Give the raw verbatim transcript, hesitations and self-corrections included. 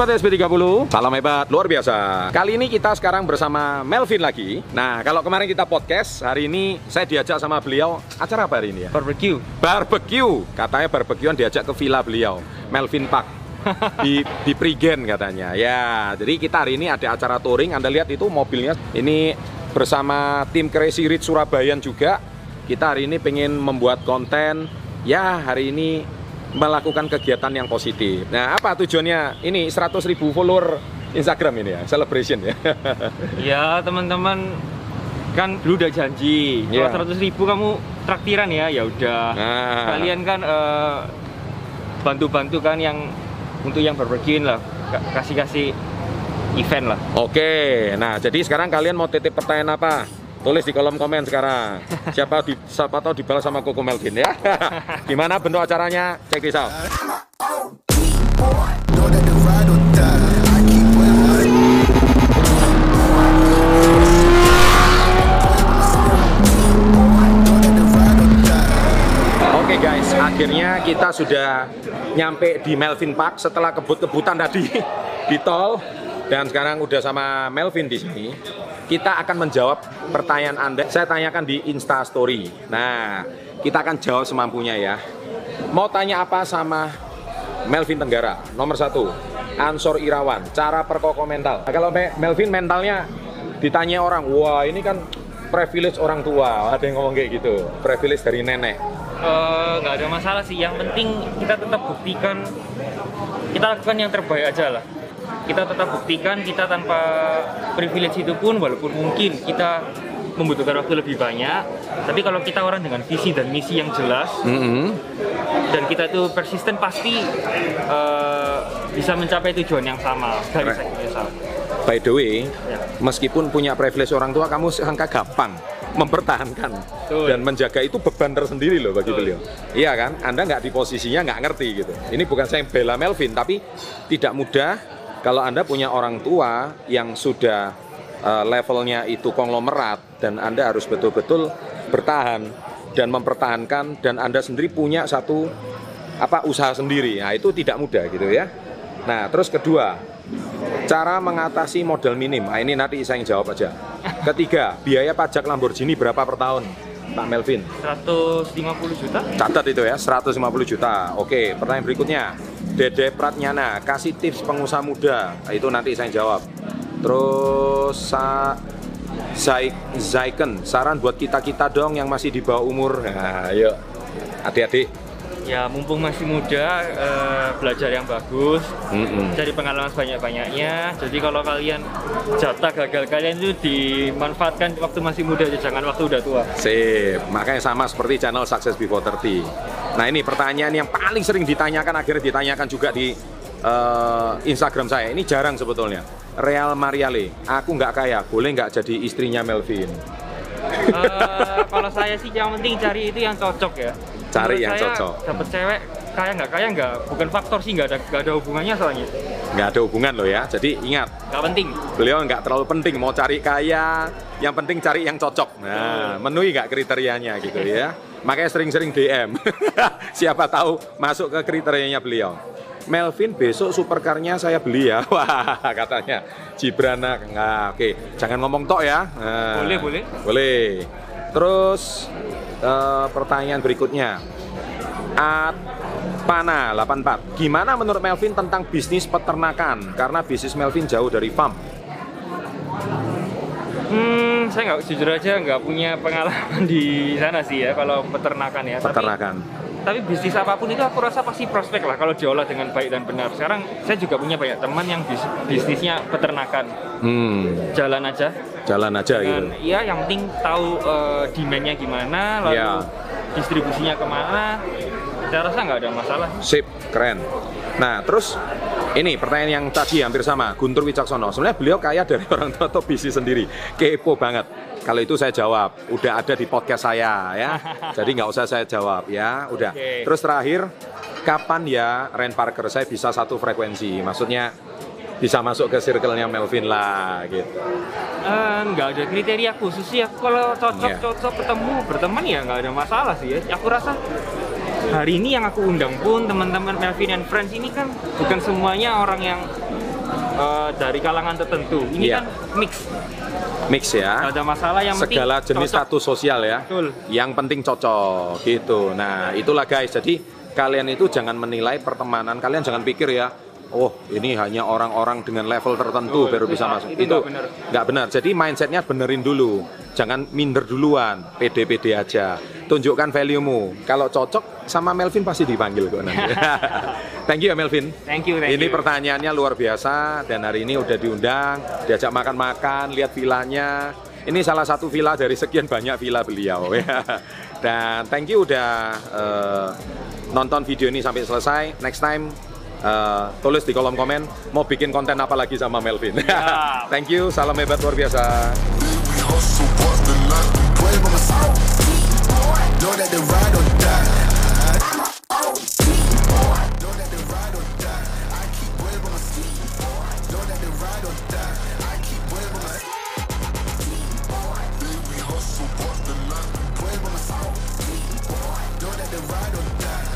Sobat S B tiga puluh, salam hebat, luar biasa. Kali ini kita sekarang bersama Melvin lagi. Nah, kalau kemarin kita podcast, hari ini saya diajak sama beliau. Acara apa hari ini ya? Barbecue. Barbecue. Katanya barbekyuan diajak ke villa beliau, Melvin Park. di, di Prigen katanya. Ya, jadi kita hari ini ada acara touring. Anda lihat itu mobilnya. Ini bersama tim Crazy Rich Surabaya juga. Kita hari ini pengen membuat konten. Ya, hari ini melakukan kegiatan yang positif. Nah, apa tujuannya? Ini seratus ribu follower Instagram ini ya, celebration ya. Ya, teman-teman kan dulu udah janji. Ya. Kalau seratus ribu kamu traktiran ya, ya udah. Nah. Kalian kan uh, bantu-bantu kan yang untuk yang barbecue lah, kasih-kasih event lah. Oke, nah jadi sekarang kalian mau titip pertanyaan apa? Tulis di kolom komen sekarang. Siapa di siapa tahu dibalas sama Koko Melvin ya. Gimana bentuk acaranya? Check this out. Oke guys, akhirnya kita sudah nyampe di Melvin Park setelah kebut-kebutan tadi di tol, dan sekarang udah sama Melvin di sini. Kita akan menjawab pertanyaan Anda. Saya tanyakan di Insta Story. Nah, kita akan jawab semampunya ya. Mau tanya apa sama Melvin Tenggara? Nomor satu, Ansor Irawan. Cara perkokoh mental. Nah, kalau Melvin mentalnya ditanya orang, wah ini kan privilege orang tua. Ada yang ngomong kayak gitu. Privilege dari nenek. Nggak uh, ada masalah sih. Yang penting kita tetap buktikan. Kita lakukan yang terbaik aja lah. Kita tetap buktikan kita tanpa privilege itu pun, walaupun mungkin kita membutuhkan waktu lebih banyak, tapi kalau kita orang dengan visi dan misi yang jelas, mm-hmm. dan kita itu persisten, pasti uh, bisa mencapai tujuan yang sama dari saya. By the way, ya. Meskipun punya privilege orang tua, kamu sangka gampang mempertahankan Betul. Dan menjaga itu beban tersendiri loh bagi Betul. Beliau. Iya kan? Anda nggak di posisinya, nggak ngerti gitu. Ini bukan saya bela Melvin, tapi tidak mudah. Kalau Anda punya orang tua yang sudah uh, levelnya itu konglomerat, dan Anda harus betul-betul bertahan dan mempertahankan, dan Anda sendiri punya satu apa usaha sendiri, nah itu tidak mudah gitu ya. Nah terus kedua, cara mengatasi modal minim, nah ini nanti saya yang jawab aja. Ketiga, biaya pajak Lamborghini berapa per tahun, Pak Melvin? seratus lima puluh juta. Catat itu ya, seratus lima puluh juta. Oke, pertanyaan berikutnya. Dede Pratnyana, kasih tips pengusaha muda. Nah, itu nanti saya jawab. Terus sa Zaik Zaiken, saran buat kita-kita dong yang masih di bawah umur. Nah, ayo adik-adik. Ya, mumpung masih muda, uh, belajar yang bagus, mm-mm. cari pengalaman sebanyak-banyaknya. Jadi kalau kalian jatah gagal kalian itu dimanfaatkan waktu masih muda aja, jangan waktu udah tua. Sip, makanya sama seperti channel Success Before thirty. Nah ini pertanyaan yang paling sering ditanyakan, akhirnya ditanyakan juga di uh, Instagram saya. Ini jarang sebetulnya. Real Mariale, aku nggak kaya, boleh nggak jadi istrinya Melvin? Uh, kalau saya sih yang penting cari itu yang cocok ya. Cari Menurut yang saya, cocok. Dapat cewek kaya nggak kaya nggak, bukan faktor sih, nggak ada nggak ada hubungannya soalnya. Nggak ada hubungan loh ya. Jadi ingat. Nggak penting. Beliau nggak terlalu penting mau cari kaya, yang penting cari yang cocok. Nah, memenuhi nggak kriterianya gitu ya. Makanya sering-sering D M. Siapa tahu masuk ke kriterianya beliau. Melvin, besok supercarnya saya beli ya. Wah, katanya Jibrana. Nah, oke, jangan ngomong tok ya. Nah, boleh, boleh. Boleh. Terus uh, pertanyaan berikutnya. At Pana delapan empat. Gimana menurut Melvin tentang bisnis peternakan? Karena bisnis Melvin jauh dari farm. Hmm, saya nggak, jujur aja nggak punya pengalaman di sana sih ya kalau peternakan ya. Peternakan. Tapi, tapi bisnis apapun itu aku rasa pasti prospek lah kalau diolah dengan baik dan benar. Sekarang saya juga punya banyak teman yang bis, bisnisnya peternakan. Hmm. Jalan aja. Jalan aja dengan, gitu. Iya, yang penting tahu uh, demand-nya gimana, lalu ya. distribusinya kemana. Saya rasa nggak ada masalah. Sip, keren. Nah, terus ini pertanyaan yang tadi hampir sama, Guntur Wicaksono. Sebenarnya beliau kaya dari orang tua atau bisnis sendiri? Kepo banget. Kalau itu saya jawab, udah ada di podcast saya ya. Jadi nggak usah saya jawab ya, udah. Okay. Terus terakhir, kapan ya Ren Parker saya bisa satu frekuensi? Maksudnya bisa masuk ke circle-nya Melvin lah gitu. Uh, nggak ada kriteria khusus sih. Kalau cocok-cocok ketemu berteman ya nggak ada masalah sih ya. Aku rasa hari ini yang aku undang pun teman-teman Melvin and Friends ini kan bukan semuanya orang yang uh, dari kalangan tertentu. Ini Iya. kan mix. Mix ya. Nggak ada masalah, yang penting segala jenis cocok. status sosial ya. Betul. Yang penting cocok gitu. Nah, itulah guys. Jadi kalian itu jangan menilai pertemanan kalian, jangan pikir ya, oh ini hanya orang-orang dengan level tertentu Oh, baru itu bisa nggak- masuk. itu nggak benar. nggak benar. Jadi mindsetnya benerin dulu. Jangan minder duluan, pede-pede aja. Tunjukkan value-mu. Kalau cocok sama Melvin pasti dipanggil kok nanti. Thank you ya Melvin. Thank you, thank Ini you. pertanyaannya luar biasa dan hari ini udah diundang, diajak makan-makan, lihat villanya. Ini salah satu villa dari sekian banyak villa beliau ya. Dan thank you udah eh, nonton video ini sampai selesai. Next time eh, tulis di kolom komen mau bikin konten apa lagi sama Melvin. Ya. Thank you, salam hebat luar biasa. Hustle, bust the line, play by my side. Know that the ride